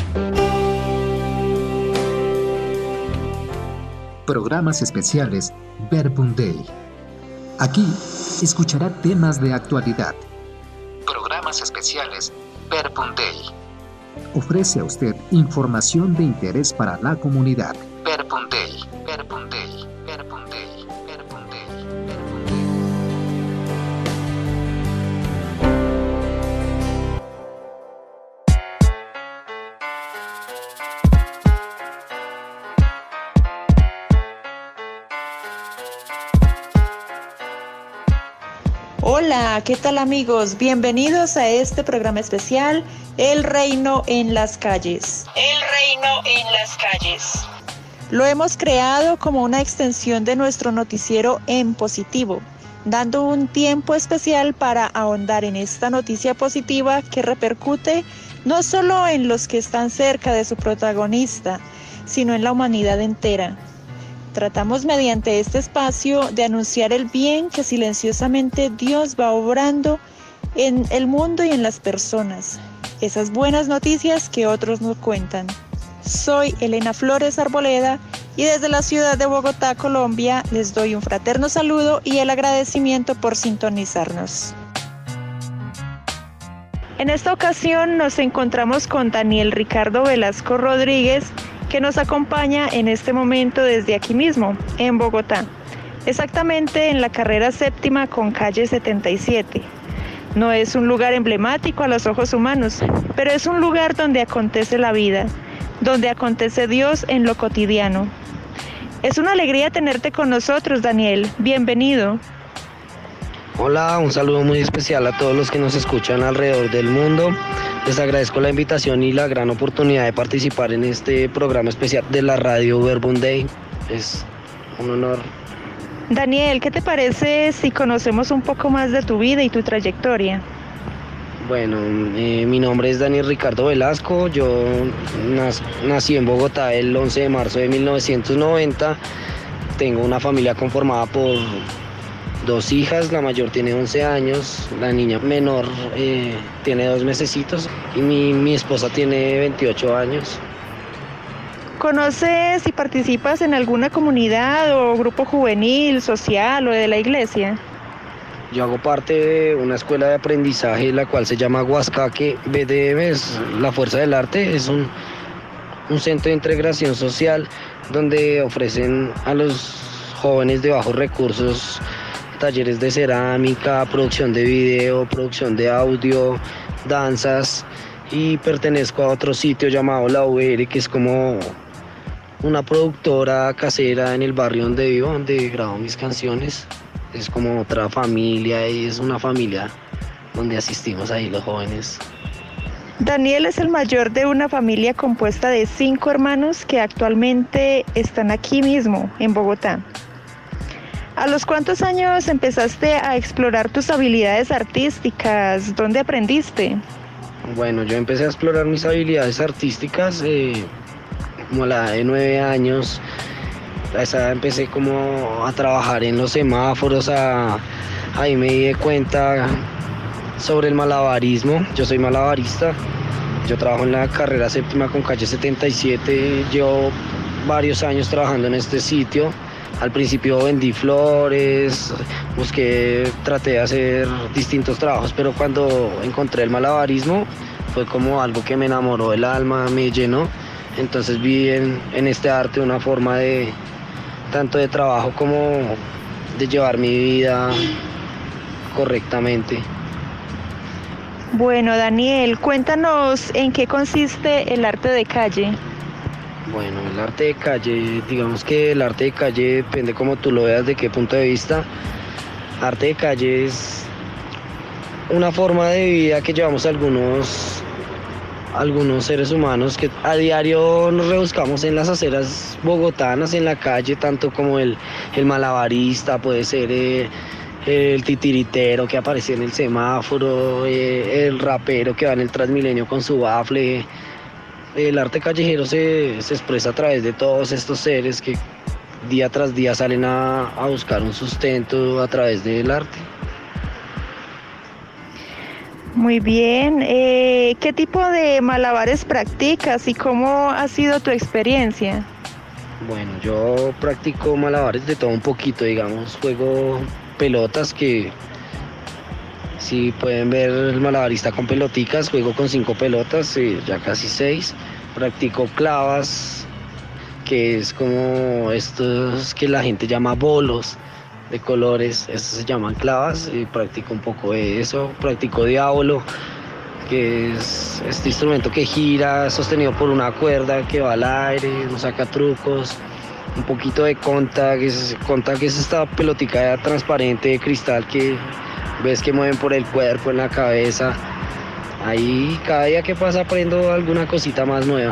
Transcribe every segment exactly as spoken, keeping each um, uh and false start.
Programas especiales Verbum Dei. Aquí escuchará temas de actualidad. Programas especiales Verbum Dei. Ofrece a usted información de interés para la comunidad. Verbum Dei, Verbum Dei, Verbum Dei, Verbum Dei, Verbum Dei. Hola, ¿qué tal amigos? Bienvenidos a este programa especial, El Reino en las Calles. El Reino en las Calles. Lo hemos creado como una extensión de nuestro noticiero En Positivo, dando un tiempo especial para ahondar en esta noticia positiva que repercute no solo en los que están cerca de su protagonista, sino en la humanidad entera. Tratamos mediante este espacio de anunciar el bien que silenciosamente Dios va obrando en el mundo y en las personas. Esas buenas noticias que otros nos cuentan. Soy Elena Flores Arboleda y desde la ciudad de Bogotá, Colombia, les doy un fraterno saludo y el agradecimiento por sintonizarnos. En esta ocasión nos encontramos con Daniel Ricardo Velasco Rodríguez, que nos acompaña en este momento desde aquí mismo, en Bogotá, exactamente en la carrera séptima con calle setenta y siete. No es un lugar emblemático a los ojos humanos, pero es un lugar donde acontece la vida, donde acontece Dios en lo cotidiano. Es una alegría tenerte con nosotros, Daniel. Bienvenido. Hola, un saludo muy especial a todos los que nos escuchan alrededor del mundo. Les agradezco la invitación y la gran oportunidad de participar en este programa especial de la radio Verbum Dei. Es un honor. Daniel, ¿qué te parece si conocemos un poco más de tu vida y tu trayectoria? Bueno, eh, mi nombre es Daniel Ricardo Velasco. Yo nac- nací en Bogotá el once de marzo de mil novecientos noventa. Tengo una familia conformada por dos hijas, la mayor tiene once años, la niña menor eh, tiene dos mesecitos y mi, mi esposa tiene veintiocho años. ¿Conoces y participas en alguna comunidad o grupo juvenil, social o de la iglesia? Yo hago parte de una escuela de aprendizaje la cual se llama Huascaque B D M, es la Fuerza del Arte, es un, un centro de integración social donde ofrecen a los jóvenes de bajos recursos talleres de cerámica, producción de video, producción de audio, danzas, y pertenezco a otro sitio llamado La U R, que es como una productora casera en el barrio donde vivo, donde grabo mis canciones. Es como otra familia y es una familia donde asistimos ahí los jóvenes. Daniel es el mayor de una familia compuesta de cinco hermanos que actualmente están aquí mismo, en Bogotá. ¿A los cuántos años empezaste a explorar tus habilidades artísticas? ¿Dónde aprendiste? Bueno, yo empecé a explorar mis habilidades artísticas eh, como a la edad de nueve años. A esa edad empecé como a trabajar en los semáforos, a, ahí me di cuenta sobre el malabarismo. Yo soy malabarista, yo trabajo en la carrera séptima con calle setenta y siete, llevo varios años trabajando en este sitio. Al principio vendí flores, busqué, traté de hacer distintos trabajos, pero cuando encontré el malabarismo fue como algo que me enamoró del alma, me llenó. Entonces vi en, en este arte una forma de tanto de trabajo como de llevar mi vida correctamente. Bueno, Daniel, cuéntanos en qué consiste el arte de calle. Bueno, el arte de calle, digamos que el arte de calle depende como tú lo veas, de qué punto de vista. Arte de calle es una forma de vida que llevamos algunos, algunos seres humanos que a diario nos rebuscamos en las aceras bogotanas, en la calle, tanto como el, el malabarista, puede ser eh, el titiritero que aparece en el semáforo, eh, el rapero que va en el Transmilenio con su bafle. El arte callejero se, se expresa a través de todos estos seres que día tras día salen a, a buscar un sustento a través del arte. Muy bien. Eh, ¿qué tipo de malabares practicas y cómo ha sido tu experiencia? Bueno, yo practico malabares de todo un poquito, digamos, juego pelotas que si pueden ver el malabarista con peloticas, juego con cinco pelotas, eh, ya casi seis. Practico clavas, que es como estos que la gente llama bolos de colores, estos se llaman clavas, y practico un poco de eso. Practico diablo, que es este instrumento que gira sostenido por una cuerda que va al aire, no saca trucos. Un poquito de conta, que es, conta, que es esta pelotica transparente de cristal que ves que mueven por el cuerpo, en la cabeza. Ahí cada día que pasa aprendo alguna cosita más nueva.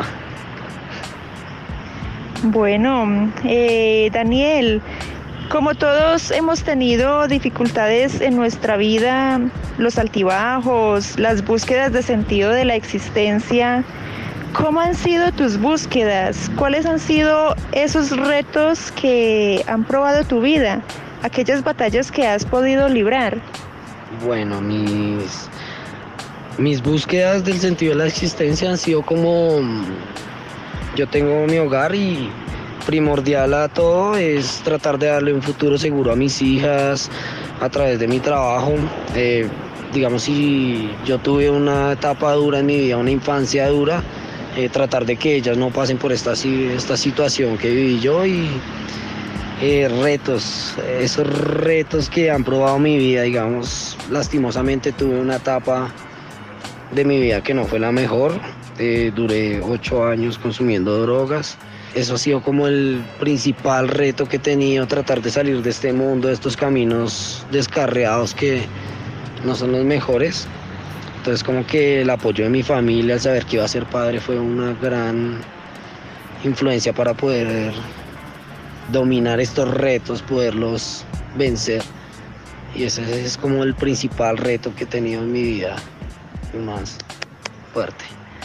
Bueno, eh, Daniel, como todos hemos tenido dificultades en nuestra vida, los altibajos, las búsquedas de sentido de la existencia, ¿cómo han sido tus búsquedas? ¿Cuáles han sido esos retos que han probado tu vida? Aquellas batallas que has podido librar. Bueno, mis, mis búsquedas del sentido de la existencia han sido como... Yo tengo mi hogar y primordial a todo es tratar de darle un futuro seguro a mis hijas a través de mi trabajo. Eh, digamos, si yo tuve una etapa dura en mi vida, una infancia dura, eh, tratar de que ellas no pasen por esta, esta situación que viví yo y eh, retos, esos retos que han probado mi vida, digamos, lastimosamente tuve una etapa de mi vida que no fue la mejor. Eh, duré ocho años consumiendo drogas. Eso ha sido como el principal reto que he tenido, tratar de salir de este mundo, de estos caminos descarriados que no son los mejores. Entonces como que el apoyo de mi familia al saber que iba a ser padre fue una gran influencia para poder dominar estos retos, poderlos vencer. Y ese es como el principal reto que he tenido en mi vida, el más fuerte.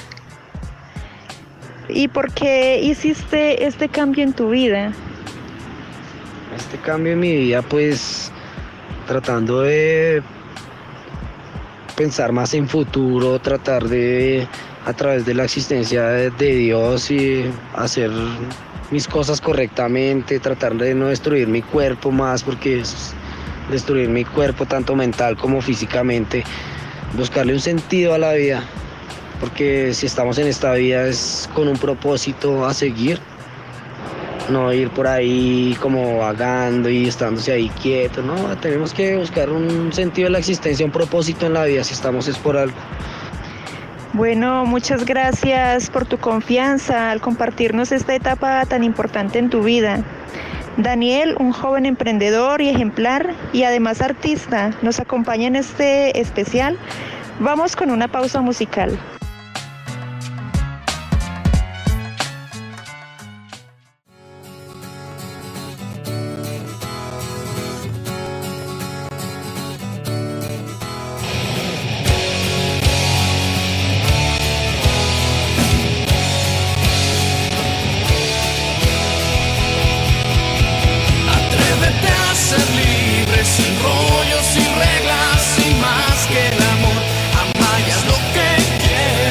¿Y por qué hiciste este cambio en tu vida? Este cambio en mi vida, pues tratando de pensar más en futuro, tratar de, a través de la existencia de, de Dios y hacer mis cosas correctamente, tratar de no destruir mi cuerpo más, porque es destruir mi cuerpo tanto mental como físicamente, buscarle un sentido a la vida. Porque si estamos en esta vida es con un propósito a seguir, no ir por ahí como vagando y estándose ahí quieto, no, tenemos que buscar un sentido de la existencia, un propósito en la vida, si estamos es por algo. Bueno, muchas gracias por tu confianza al compartirnos esta etapa tan importante en tu vida. Daniel, un joven emprendedor y ejemplar y además artista, nos acompaña en este especial. Vamos con una pausa musical. Sin rollos, sin reglas, sin más que el amor. Ama y haz lo que quieras.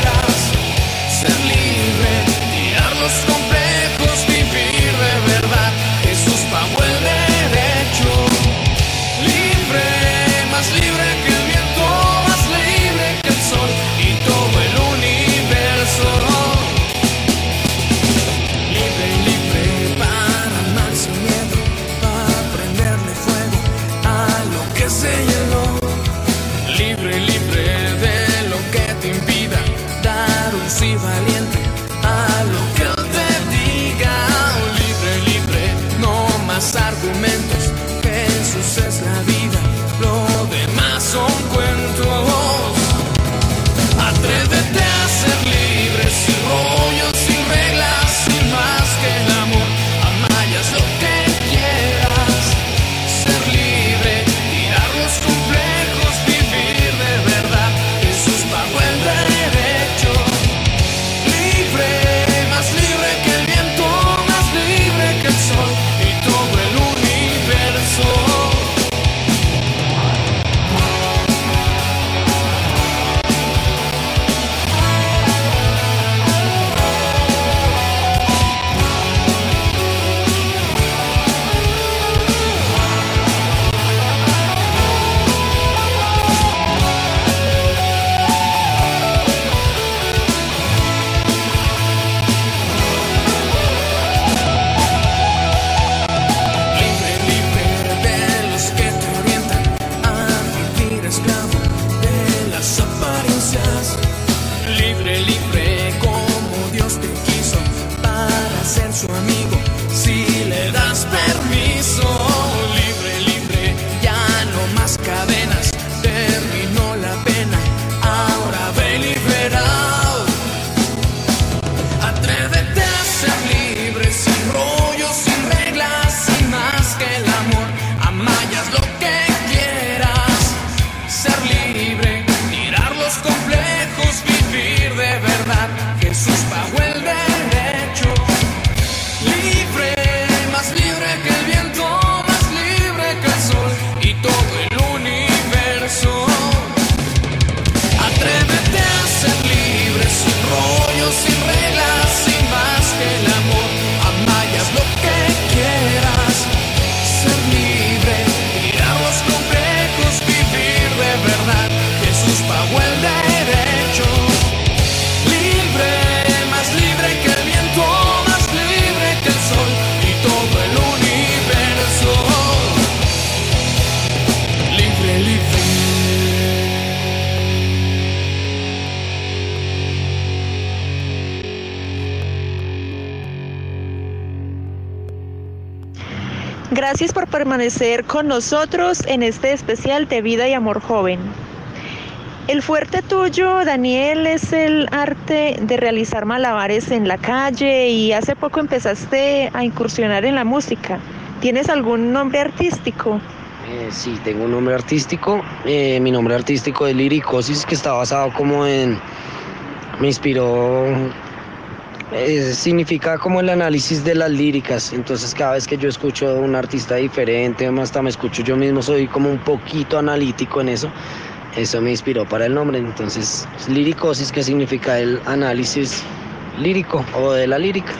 Gracias por permanecer con nosotros en este especial de Vida y Amor Joven. El fuerte tuyo, Daniel, es el arte de realizar malabares en la calle y hace poco empezaste a incursionar en la música. ¿Tienes algún nombre artístico? Eh, sí, tengo un nombre artístico. Eh, mi nombre artístico es Liricosis, que está basado como en... Me inspiró... Eh, significa como el análisis de las líricas. Entonces cada vez que yo escucho a un artista diferente, hasta me escucho yo mismo, soy como un poquito analítico en eso. Eso me inspiró para el nombre. Entonces, Liricosis, que significa el análisis lírico o de la lírica.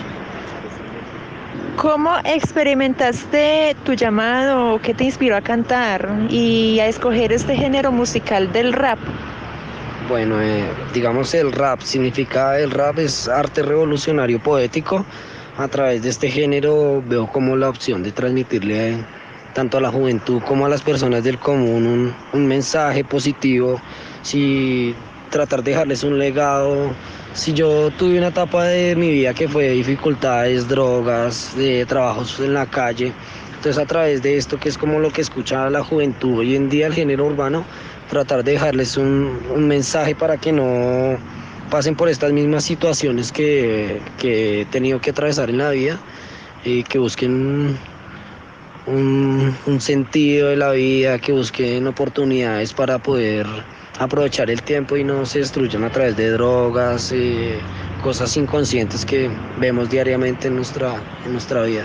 ¿Cómo experimentaste tu llamado? ¿Qué te inspiró a cantar y a escoger este género musical del rap? Bueno, eh, digamos el rap significa, el rap es arte revolucionario poético. A través de este género veo como la opción de transmitirle a, tanto a la juventud como a las personas del común un, un mensaje positivo, si tratar de dejarles un legado. Si yo tuve una etapa de mi vida que fue de dificultades, drogas, de trabajos en la calle, entonces a través de esto, que es como lo que escucha la juventud hoy en día, el género urbano, tratar de dejarles un, un mensaje para que no pasen por estas mismas situaciones que, que he tenido que atravesar en la vida, y que busquen un, un sentido de la vida, que busquen oportunidades para poder aprovechar el tiempo y no se destruyan a través de drogas, eh, cosas inconscientes que vemos diariamente en nuestra, en nuestra vida.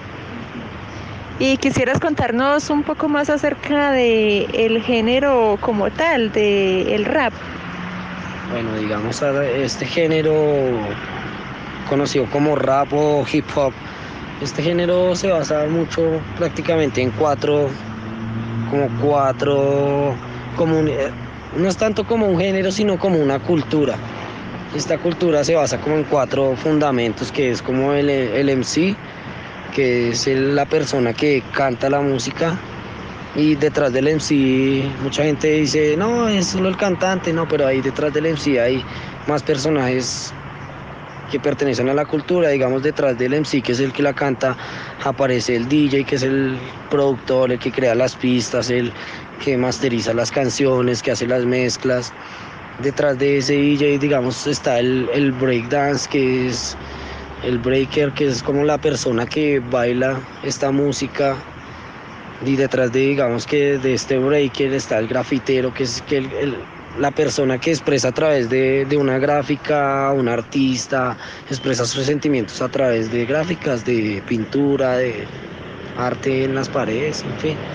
¿Y quisieras contarnos un poco más acerca de el género como tal, de el rap? Bueno, digamos, este género conocido como rap o hip hop, este género se basa mucho prácticamente en cuatro, como cuatro comunidades. No es tanto como un género, sino como una cultura. Esta cultura se basa como en cuatro fundamentos, que es como el, el M C, que es el, la persona que canta la música, y detrás del M C mucha gente dice, no, es solo el cantante, no, pero ahí detrás del M C hay más personajes que pertenecen a la cultura. Digamos, detrás del M C, que es el que la canta, aparece el D J, que es el productor, el que crea las pistas, el que masteriza las canciones, que hace las mezclas. Detrás de ese D J, digamos, está el, el breakdance, que es el breaker, que es como la persona que baila esta música. Y detrás de, digamos, que de este breaker está el grafitero, que es que el, el, la persona que expresa a través de, de una gráfica, un artista, expresa sus sentimientos a través de gráficas, de pintura, de arte en las paredes, en fin.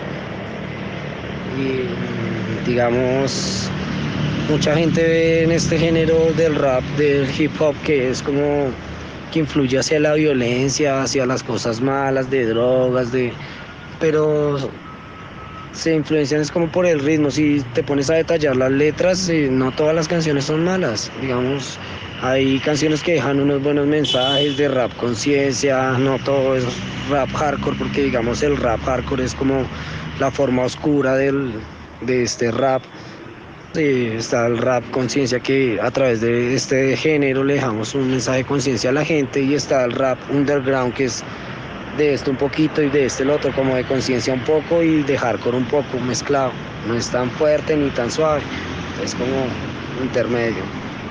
Y digamos, mucha gente ve en este género del rap, del hip hop, que es como que influye hacia la violencia, hacia las cosas malas, de drogas, de pero se influencian es como por el ritmo. Si te pones a detallar las letras, eh, no todas las canciones son malas. Digamos, hay canciones que dejan unos buenos mensajes de rap conciencia, no todo es rap hardcore, porque digamos el rap hardcore es como la forma oscura del, de este rap. Eh, está el rap conciencia, que a través de este género le dejamos un mensaje de conciencia a la gente, y está el rap underground, que es de esto un poquito y de este el otro, como de conciencia un poco y de hardcore un poco mezclado. No es tan fuerte ni tan suave, es como intermedio.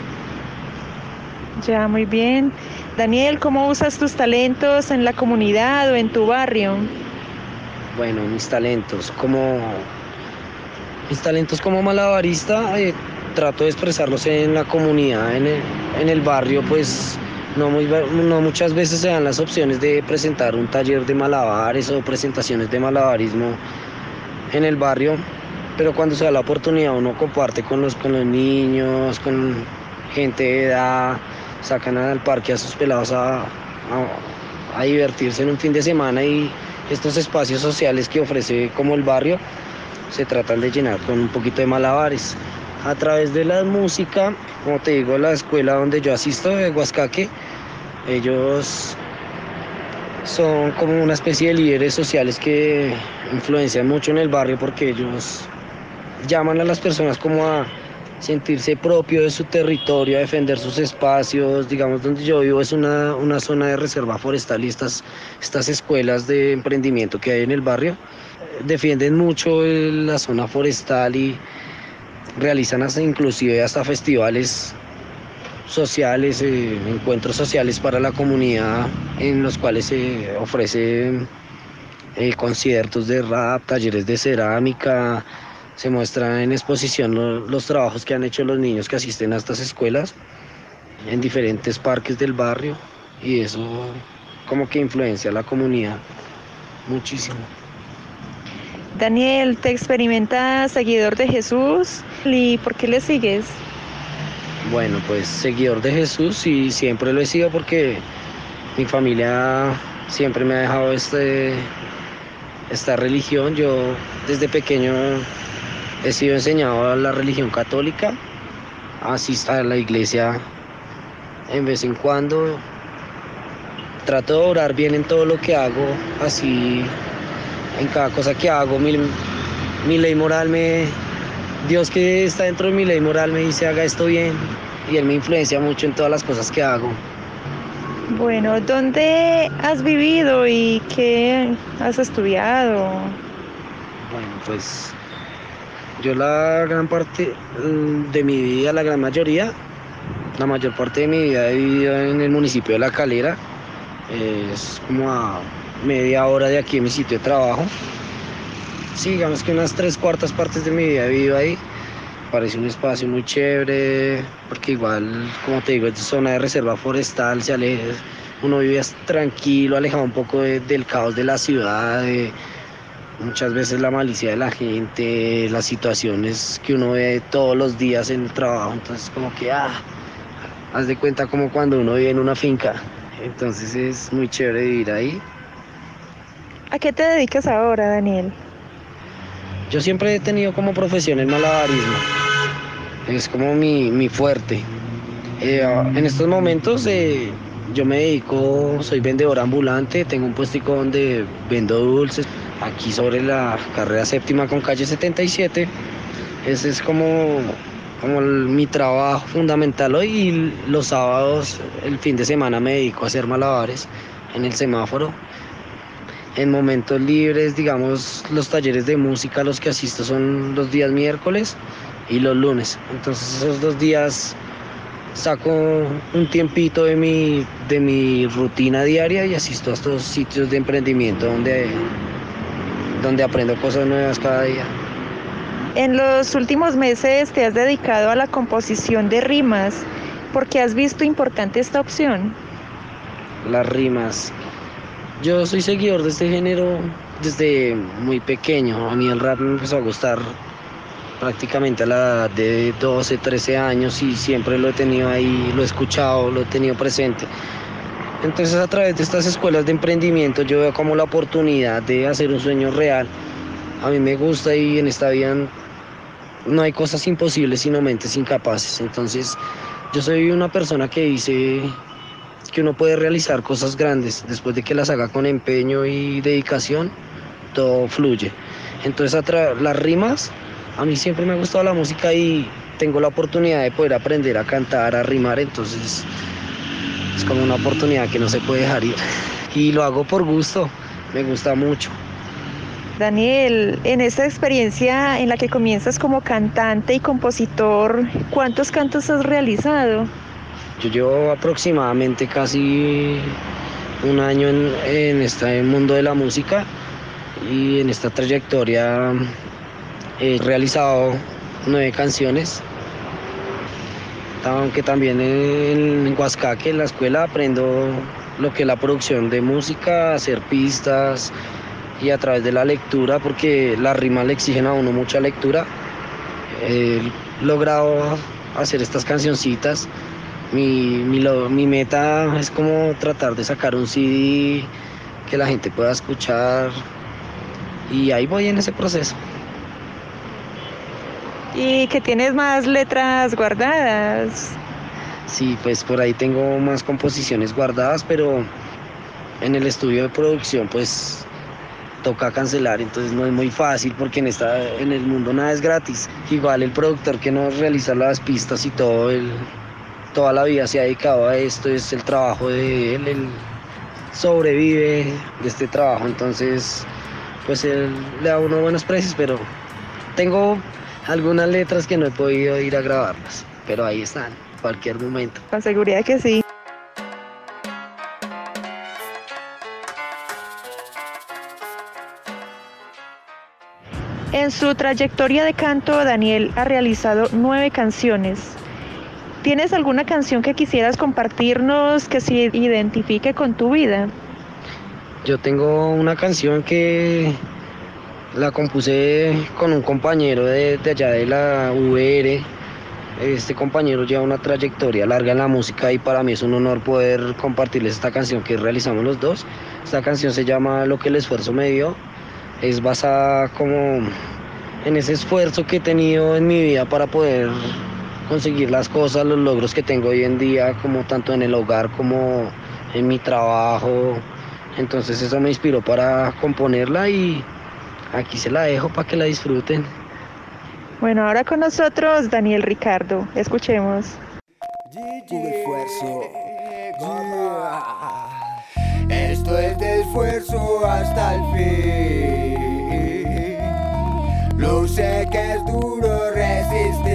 Ya, muy bien. Daniel, ¿cómo usas tus talentos en la comunidad o en tu barrio? Bueno, mis talentos como mis talentos como malabarista, eh, trato de expresarlos en la comunidad, en el, en el barrio, pues no, muy, no muchas veces se dan las opciones de presentar un taller de malabares o presentaciones de malabarismo en el barrio, pero cuando se da la oportunidad uno comparte con los, con los niños, con gente de edad, sacan al parque a sus pelados a, a, a divertirse en un fin de semana, y estos espacios sociales que ofrece como el barrio se tratan de llenar con un poquito de malabares. A través de la música, como te digo, la escuela donde yo asisto, de Huascaque, ellos son como una especie de líderes sociales que influencian mucho en el barrio, porque ellos llaman a las personas como a, sentirse propio de su territorio, defender sus espacios. Digamos, donde yo vivo es una, una zona de reserva forestal y estas, estas escuelas de emprendimiento que hay en el barrio eh, defienden mucho el- la zona forestal y realizan hasta, inclusive hasta festivales sociales, eh, encuentros sociales para la comunidad en los cuales se ofrece eh, conciertos de rap, talleres de cerámica, se muestran en exposición lo- los trabajos que han hecho los niños que asisten a estas escuelas en diferentes parques del barrio y eso como que influencia a la comunidad muchísimo. Daniel, ¿te experimentas seguidor de Jesús? ¿Y por qué le sigues? Bueno, pues seguidor de Jesús y siempre lo he sido porque mi familia siempre me ha dejado este, esta religión. Yo desde pequeño he sido enseñado a la religión católica, asisto a la iglesia en vez en cuando, trato de orar bien en todo lo que hago, así en cada cosa que hago, mi, mi ley moral me, Dios que está dentro de mi ley moral me dice haga esto bien y Él me influencia mucho en todas las cosas que hago. Bueno, ¿dónde has vivido y qué has estudiado? Bueno, pues yo la gran parte mm, de mi vida, la gran mayoría, la mayor parte de mi vida he vivido en el municipio de La Calera, es como a media hora de aquí en mi sitio de trabajo. Sí, digamos que unas tres cuartas partes de mi vida he vivido ahí. Parece un espacio muy chévere, porque igual, como te digo, es zona de reserva forestal, se aleja, uno vive tranquilo, alejado un poco de- del caos de la ciudad, de muchas veces la malicia de la gente, las situaciones que uno ve todos los días en el trabajo, entonces como que, ah, haz de cuenta como cuando uno vive en una finca, entonces es muy chévere vivir ahí. ¿A qué te dedicas ahora, Daniel? Yo siempre he tenido como profesión el malabarismo, es como mi, mi fuerte. Eh, ah, en estos momentos eh, yo me dedico, soy vendedor ambulante, tengo un puestico donde vendo dulces, aquí sobre la carrera séptima con calle setenta y siete. Ese es como, como el- mi trabajo fundamental hoy y los sábados, el fin de semana me dedico a hacer malabares en el semáforo. En momentos libres, digamos, los talleres de música a los que asisto son los días miércoles y los lunes. Entonces esos dos días saco un tiempito de mi, de mi rutina diaria y asisto a estos sitios de emprendimiento donde, donde aprendo cosas nuevas cada día. En los últimos meses te has dedicado a la composición de rimas. ¿Por qué has visto importante esta opción? Las rimas. Yo soy seguidor de este género desde muy pequeño. A mí el rap me empezó a gustar prácticamente a la edad de doce, trece años y siempre lo he tenido ahí, lo he escuchado, lo he tenido presente. Entonces a través de estas escuelas de emprendimiento yo veo como la oportunidad de hacer un sueño real. A mí me gusta y en esta vida no hay cosas imposibles sino mentes incapaces. Entonces yo soy una persona que dice que uno puede realizar cosas grandes después de que las haga con empeño y dedicación, todo fluye. Entonces a tra- las rimas, a mí siempre me ha gustado la música y tengo la oportunidad de poder aprender a cantar, a rimar, entonces es como una oportunidad que no se puede dejar ir. Y lo hago por gusto, me gusta mucho. Daniel, en esta experiencia en la que comienzas como cantante y compositor, ¿cuántos cantos has realizado? Yo llevo aproximadamente casi un año en, en este mundo de la música y en esta trayectoria he realizado nueve canciones, aunque también en Huascaque, en la escuela, aprendo lo que es la producción de música, hacer pistas y a través de la lectura, porque las rimas le exigen a uno mucha lectura. He logrado hacer estas cancioncitas. Mi, mi, lo- mi meta es como tratar de sacar un C D que la gente pueda escuchar y ahí voy en ese proceso. ¿Y que tienes más letras guardadas? Sí, pues por ahí tengo más composiciones guardadas, pero en el estudio de producción pues toca cancelar, entonces no es muy fácil porque en, esta, en el mundo nada es gratis. Igual el productor que nos realiza las pistas y todo, él, toda la vida se ha dedicado a esto, es el trabajo de él, él sobrevive de este trabajo, entonces pues él le da a uno buenos precios, pero tengo algunas letras que no he podido ir a grabarlas, pero ahí están, en cualquier momento. Con seguridad que sí. En su trayectoria de canto, Daniel ha realizado nueve canciones. ¿Tienes alguna canción que quisieras compartirnos que se identifique con tu vida? Yo tengo una canción que la compuse con un compañero de, de allá de la U R. Este compañero lleva una trayectoria larga en la música y para mí es un honor poder compartirles esta canción que realizamos los dos. Esta canción se llama Lo que el esfuerzo me dio. Es basada como en ese esfuerzo que he tenido en mi vida para poder conseguir las cosas, los logros que tengo hoy en día, como tanto en el hogar como en mi trabajo. Entonces eso me inspiró para componerla y aquí se la dejo para que la disfruten. Bueno, ahora con nosotros Daniel Ricardo. Escuchemos. Tuve esfuerzo. Yeah. Esto es de esfuerzo hasta el fin. Lo sé que es duro resistir.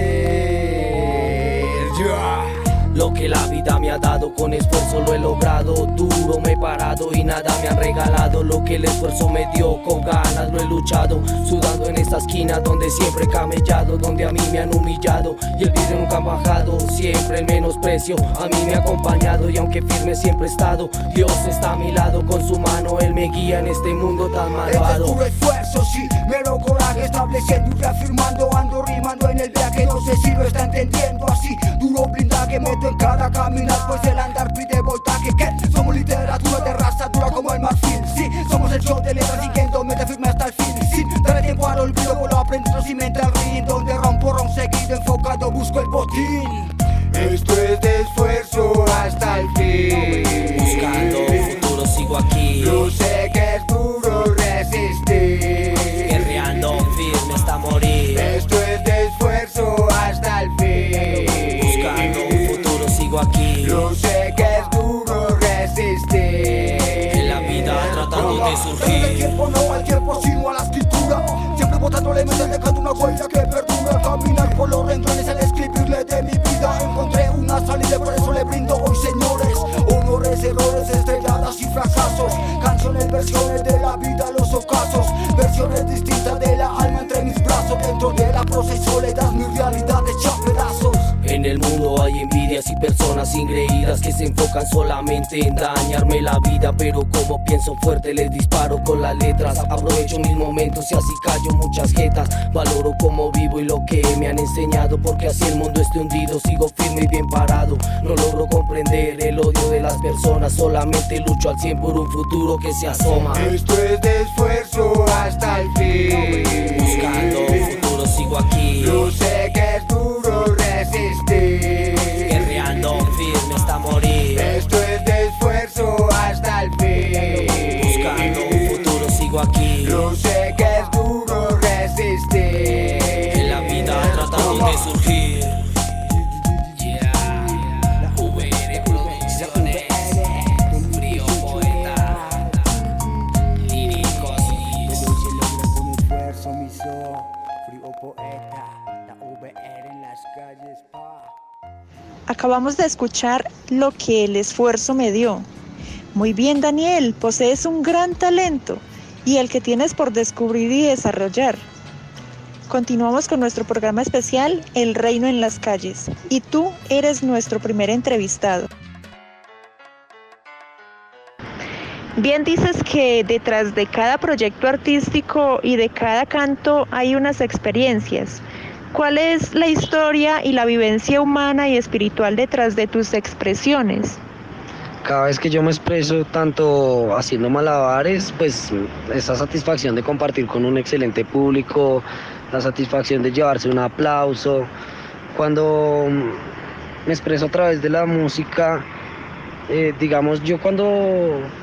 Yeah. Lo que la vida me ha dado, con esfuerzo lo he logrado. Duro me he parado y nada me han regalado. Lo que el esfuerzo me dio, con ganas lo he luchado. Sudando en esta esquina donde siempre he camellado, donde a mí me han humillado y el vidrio nunca han bajado. Siempre el menosprecio a mí me ha acompañado. Y aunque firme siempre he estado, Dios está a mi lado. Con su mano Él me guía en este mundo tan malvado. Este es duro esfuerzo, sí, mero coraje, estableciendo y reafirmando. Ando rimando en el viaje, no sé si lo está entendiendo así. Duro blindaje meto en cada caminar, pues el andar pide voltaje. Que somos literatura de raza dura como el marfil. Sí, somos el show de letras siguiendo meta firme hasta el fin. Sin darle tiempo al olvido, vuelvo a aprender cimiento al ring. Donde rompo ron seguido, enfocado busco el botín. Esto es de esfuerzo hasta el fin. Buscando un futuro sigo aquí. Yo sé que es duro resistir. Guerreando firme hasta morir. Esto es de esfuerzo hasta el fin. Buscando un futuro sigo aquí. Yo sé que es duro resistir. En la vida tratando de surgir. El tiempo no al tiempo sino a la escritura. Siempre botándole mente dejando una huella que perdura. Caminar por los renglones al escribirle de mi vida. Encontré una salida, por eso le brindo hoy, señores. Honores, errores, estrelladas y fracasos. Canciones, versiones de la vida, los ocasos. Versiones distintas de la alma entre mis brazos. Dentro de la prosa y soledad, mi realidad hecha pedazos. En el mundo hay envidias y personas ingreídas que se enfocan solamente en dañarme la vida. Pero como pienso fuerte les disparo con las letras. Aprovecho mis momentos y así callo muchas jetas. Valoro cómo vivo y lo que me han enseñado, porque así el mundo esté hundido sigo firme y bien parado. No logro comprender el odio de las personas, solamente lucho al cien por un futuro que se asoma. Esto es de esfuerzo hasta el fin. Buscando un futuro sigo aquí. Yo sé que es duro resistir. Guerreando firme hasta morir. Esto es de esfuerzo hasta el fin. Buscando un futuro sigo aquí. Yo sé que es duro resistir. En la vida tratando de surgir. Yeah, V R Producciones, Frío Poeta, Líricos y esfuerzo me hizo Frío Poeta, la V R en las calles, pa. Acabamos de escuchar Lo que el esfuerzo me dio. Muy bien, Daniel, posees un gran talento y el que tienes por descubrir y desarrollar. Continuamos con nuestro programa especial El Reino en las Calles y tú eres nuestro primer entrevistado. Bien dices que detrás de cada proyecto artístico y de cada canto hay unas experiencias. ¿Cuál es la historia y la vivencia humana y espiritual detrás de tus expresiones? Cada vez que yo me expreso, tanto haciendo malabares, pues esa satisfacción de compartir con un excelente público, la satisfacción de llevarse un aplauso. Cuando me expreso a través de la música, eh, digamos, yo cuando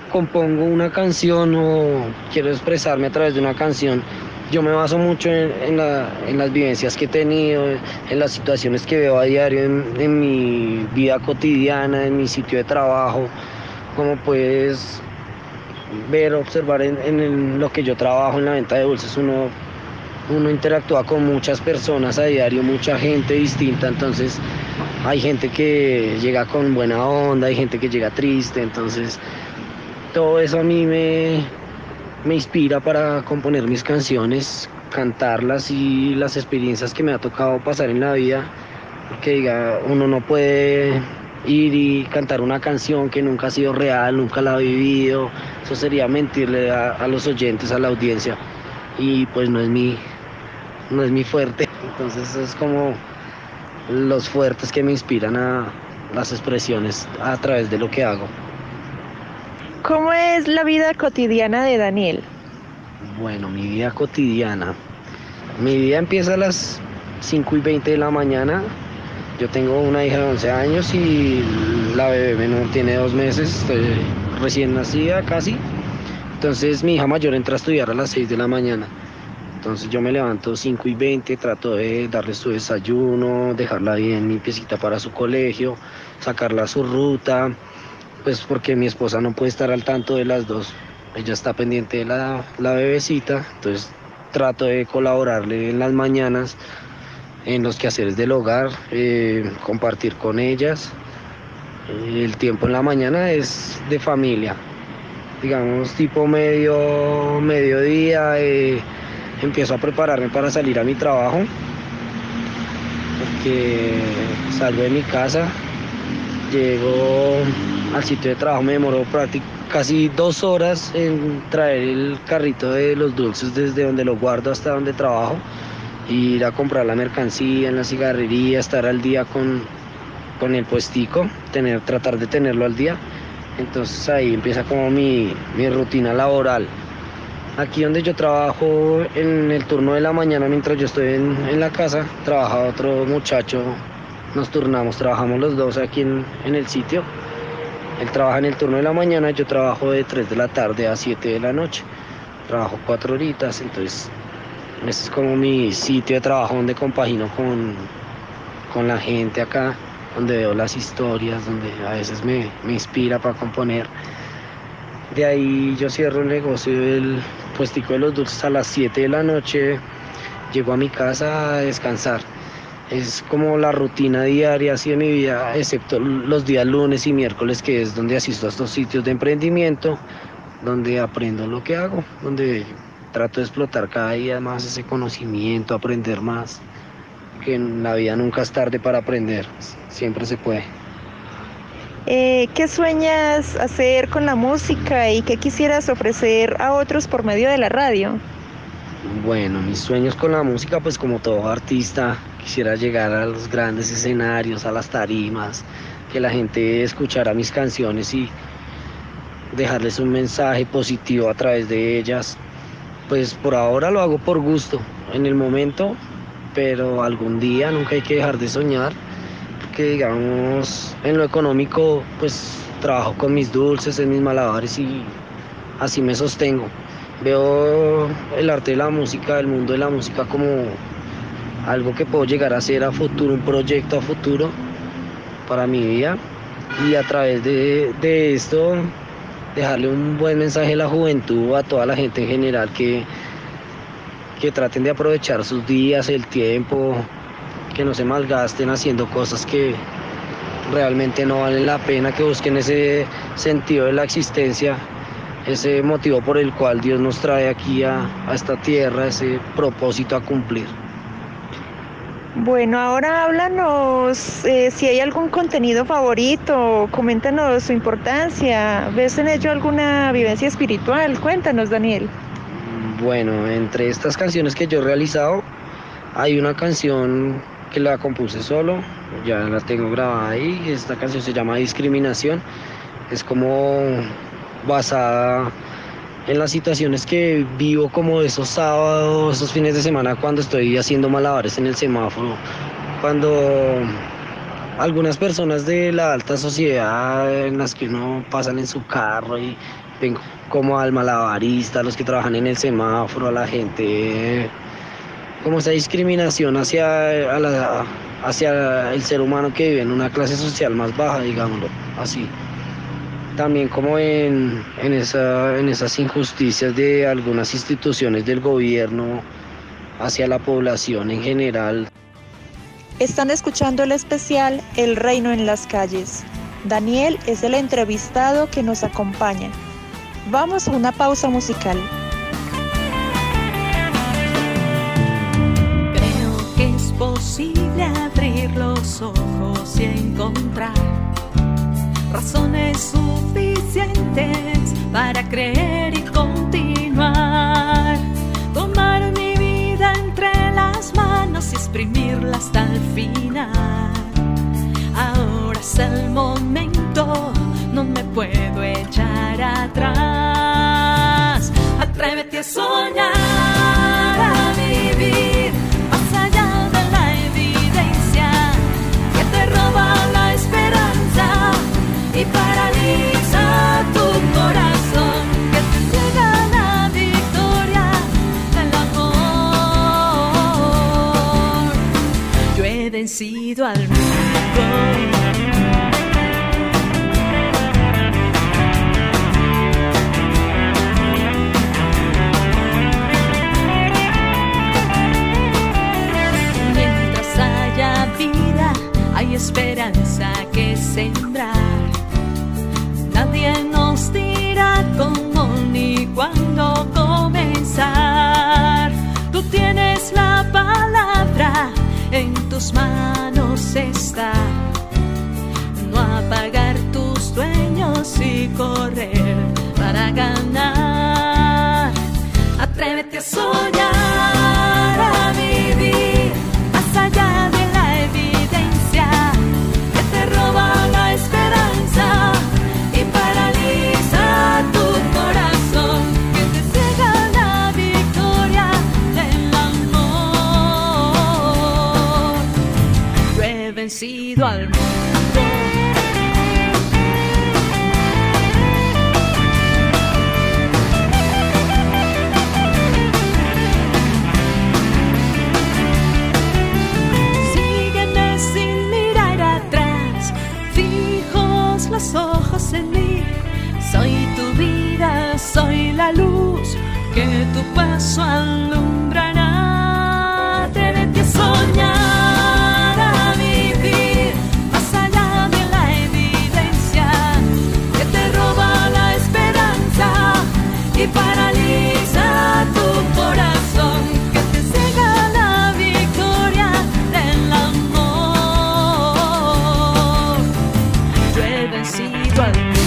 compongo una canción o quiero expresarme a través de una canción, yo me baso mucho en, en, la, en las vivencias que he tenido, en las situaciones que veo a diario en, en mi vida cotidiana, en mi sitio de trabajo. Como puedes ver, observar en, en el, lo que yo trabajo en la venta de dulces, uno, uno interactúa con muchas personas a diario, mucha gente distinta, entonces hay gente que llega con buena onda, hay gente que llega triste, entonces todo eso a mí me, me inspira para componer mis canciones, cantarlas y las experiencias que me ha tocado pasar en la vida, porque diga, uno no puede ir y cantar una canción que nunca ha sido real, nunca la ha vivido, eso sería mentirle a, a los oyentes, a la audiencia, y pues no es mi, no es mi fuerte, entonces es como los fuertes que me inspiran a las expresiones a través de lo que hago. ¿Cómo es la vida cotidiana de Daniel? Bueno, mi vida cotidiana, mi vida empieza a las cinco y veinte de la mañana. Yo tengo una hija de once años y la bebé menor tiene dos meses, recién nacida casi. Entonces mi hija mayor entra a estudiar a las seis de la mañana. Entonces yo me levanto cinco y veinte, trato de darle su desayuno, dejarla bien limpiecita para su colegio, sacarla a su ruta, pues porque mi esposa no puede estar al tanto de las dos. Ella está pendiente de la, la bebecita, entonces trato de colaborarle en las mañanas en los quehaceres del hogar, eh, compartir con ellas. El tiempo en la mañana es de familia, digamos tipo medio, mediodía, eh, empiezo a prepararme para salir a mi trabajo, porque salgo de mi casa, llego al sitio de trabajo, me demoro prácticamente casi dos horas en traer el carrito de los dulces desde donde lo guardo hasta donde trabajo, ir a comprar la mercancía en la cigarrería, estar al día con, con el puestico, tener, tratar de tenerlo al día. Entonces ahí empieza como mi, mi rutina laboral. Aquí donde yo trabajo en el turno de la mañana, mientras yo estoy en, en la casa, trabaja otro muchacho, nos turnamos, trabajamos los dos aquí en, en el sitio. Él trabaja en el turno de la mañana, yo trabajo de tres de la tarde a siete de la noche. Trabajo cuatro horitas, entonces ese es como mi sitio de trabajo donde compagino con, con la gente acá, donde veo las historias, donde a veces me, me inspira para componer. De ahí yo cierro el negocio del puestico de los dulces a las siete de la noche, llego a mi casa a descansar. Es como la rutina diaria así de mi vida, excepto los días lunes y miércoles, que es donde asisto a estos sitios de emprendimiento, donde aprendo lo que hago, donde trato de explotar cada día más ese conocimiento, aprender más, que en la vida nunca es tarde para aprender, siempre se puede. Eh, ¿Qué sueñas hacer con la música y qué quisieras ofrecer a otros por medio de la radio? Bueno, mis sueños con la música, pues como todo artista, quisiera llegar a los grandes escenarios, a las tarimas, que la gente escuchara mis canciones y dejarles un mensaje positivo a través de ellas. Pues por ahora lo hago por gusto, en el momento, pero algún día nunca hay que dejar de soñar, porque digamos, en lo económico, pues trabajo con mis dulces, en mis malabares y así me sostengo. Veo el arte de la música, el mundo de la música como algo que puedo llegar a hacer a futuro, un proyecto a futuro para mi vida, y a través de, de esto dejarle un buen mensaje a la juventud, a toda la gente en general, que, que traten de aprovechar sus días, el tiempo, que no se malgasten haciendo cosas que realmente no valen la pena, que busquen ese sentido de la existencia, ese motivo por el cual Dios nos trae aquí a, a esta tierra, ese propósito a cumplir. Bueno, ahora háblanos eh, si hay algún contenido favorito, coméntanos su importancia, ¿ves en ello alguna vivencia espiritual? Cuéntanos, Daniel. Bueno, entre estas canciones que yo he realizado, hay una canción que la compuse solo, ya la tengo grabada ahí, esta canción se llama Discriminación, es como basada en las situaciones que vivo, como esos sábados, esos fines de semana cuando estoy haciendo malabares en el semáforo, cuando algunas personas de la alta sociedad en las que uno pasan en su carro y ven como al malabarista, a los que trabajan en el semáforo, a la gente, como esa discriminación hacia, a la, hacia el ser humano que vive en una clase social más baja, digámoslo así. También como en, en, esa, en esas injusticias de algunas instituciones del gobierno hacia la población en general. Están escuchando el especial El Reino en las Calles. Daniel es el entrevistado que nos acompaña. Vamos a una pausa musical. Creo que es posible abrir los ojos y encontrar razones suficientes para creer y continuar. Tomar mi vida entre las manos y exprimirla hasta el final. Ahora es el momento, no me puedo echar atrás. Atrévete a soñar, a vivir más allá de la evidencia que te roba la esperanza y paraliza tu corazón, que te ciega la victoria del amor. Yo he vencido al mundo. Mientras haya vida, hay esperanza que sembrar. Nadie nos dirá cómo ni cuándo comenzar. Tú tienes la palabra, en tus manos está. No apagar tus sueños y correr para ganar. Atrévete a soñar, a vivir más allá de la evidencia que te roba la esperanza y paraliza tu corazón, que te ciega la victoria del amor. Yo he vencido al mundo. Sígueme sin mirar atrás, fijos los ojos en mí. Soy tu vida, soy la luz que tu paso alumbrará. Atrévete a soñar, a vivir más allá de la evidencia que te roba la esperanza y paraliza tu corazón, que te ciega la victoria del amor. Yo he vencido al mundo.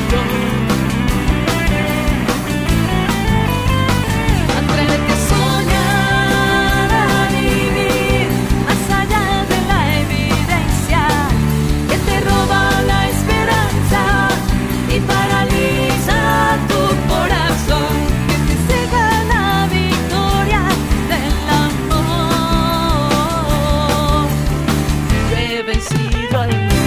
Atrévete a soñar, a vivir más allá de la evidencia que te roba la esperanza y paraliza tu corazón, que te ciega la victoria del amor. Yo he vencido al mundo.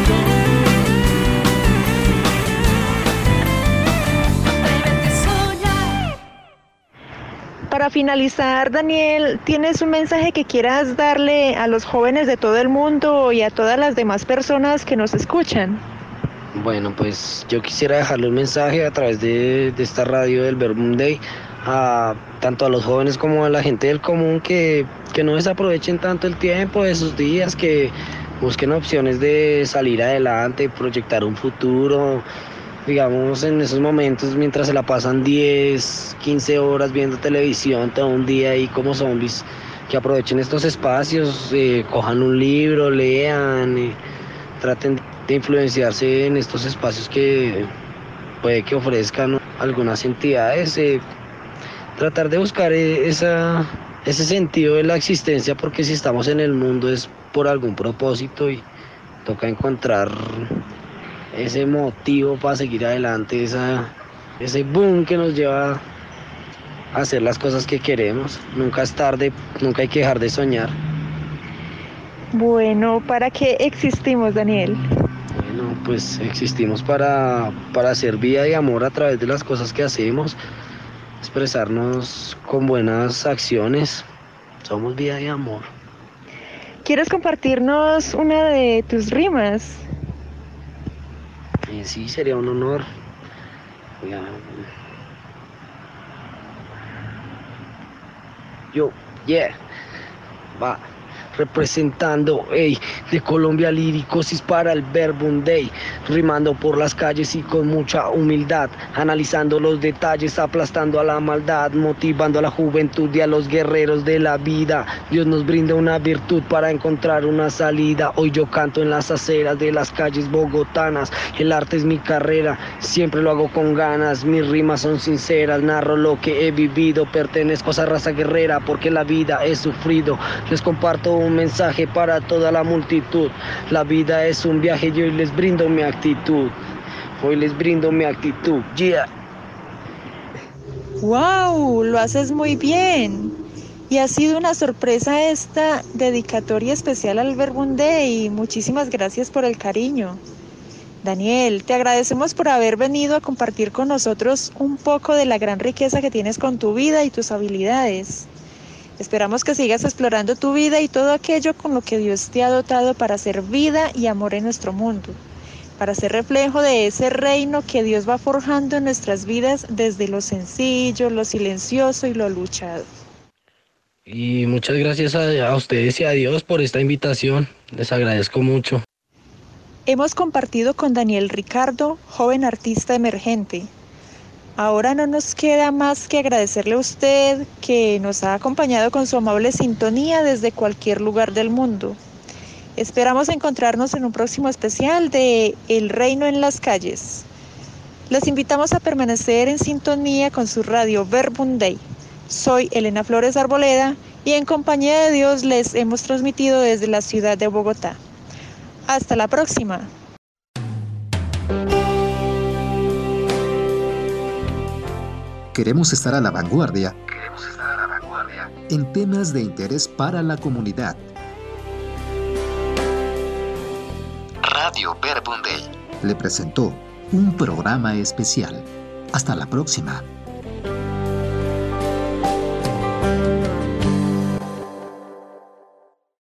Atrévete a soñar. Para finalizar, Daniel, ¿tienes un mensaje que quieras darle a los jóvenes de todo el mundo y a todas las demás personas que nos escuchan? Bueno, pues yo quisiera dejarle un mensaje a través de, de esta radio del Verbum Day, a, tanto a los jóvenes como a la gente del común, que, que no desaprovechen tanto el tiempo de sus días, que busquen opciones de salir adelante, proyectar un futuro, digamos, en esos momentos mientras se la pasan diez, quince horas viendo televisión todo un día ahí como zombies, que aprovechen estos espacios, eh, cojan un libro, lean, eh, traten de influenciarse en estos espacios que puede que ofrezcan algunas entidades, eh, tratar de buscar eh, esa, ese sentido de la existencia, porque si estamos en el mundo es por algún propósito y toca encontrar ese motivo para seguir adelante, esa, ese boom que nos lleva a hacer las cosas que queremos. Nunca es tarde, nunca hay que dejar de soñar. Bueno, ¿para qué existimos, Daniel? Bueno, pues existimos para, para hacer vida y amor a través de las cosas que hacemos, expresarnos con buenas acciones. Somos vida y amor. ¿Quieres compartirnos una de tus rimas? Eh, sí, sería un honor. Ya. Yo, yeah, va. Representando, ey, de Colombia Liricosis para el Verbum Dei, rimando por las calles y con mucha humildad, analizando los detalles, aplastando a la maldad, motivando a la juventud y a los guerreros de la vida. Dios nos brinda una virtud para encontrar una salida. Hoy yo canto en las aceras de las calles bogotanas, el arte es mi carrera, siempre lo hago con ganas, mis rimas son sinceras, narro lo que he vivido, pertenezco a esa raza guerrera porque la vida he sufrido. Les comparto un mensaje para toda la multitud. La vida es un viaje y hoy les brindo mi actitud. Hoy les brindo mi actitud. Yeah. ¡Wow! Lo haces muy bien. Y ha sido una sorpresa esta dedicatoria especial al Verbum Dei. Muchísimas gracias por el cariño. Daniel, te agradecemos por haber venido a compartir con nosotros un poco de la gran riqueza que tienes con tu vida y tus habilidades. Esperamos que sigas explorando tu vida y todo aquello con lo que Dios te ha dotado para hacer vida y amor en nuestro mundo, para ser reflejo de ese reino que Dios va forjando en nuestras vidas desde lo sencillo, lo silencioso y lo luchado. Y muchas gracias a, a ustedes y a Dios por esta invitación. Les agradezco mucho. Hemos compartido con Daniel Ricardo, joven artista emergente. Ahora no nos queda más que agradecerle a usted que nos ha acompañado con su amable sintonía desde cualquier lugar del mundo. Esperamos encontrarnos en un próximo especial de El Reino en las Calles. Les invitamos a permanecer en sintonía con su radio Verbum Dei. Soy Elena Flores Arboleda y en compañía de Dios les hemos transmitido desde la ciudad de Bogotá. Hasta la próxima. Queremos estar a la vanguardia, Queremos estar a la vanguardia en temas de interés para la comunidad. Radio Verbum Dei le presentó un programa especial. Hasta la próxima.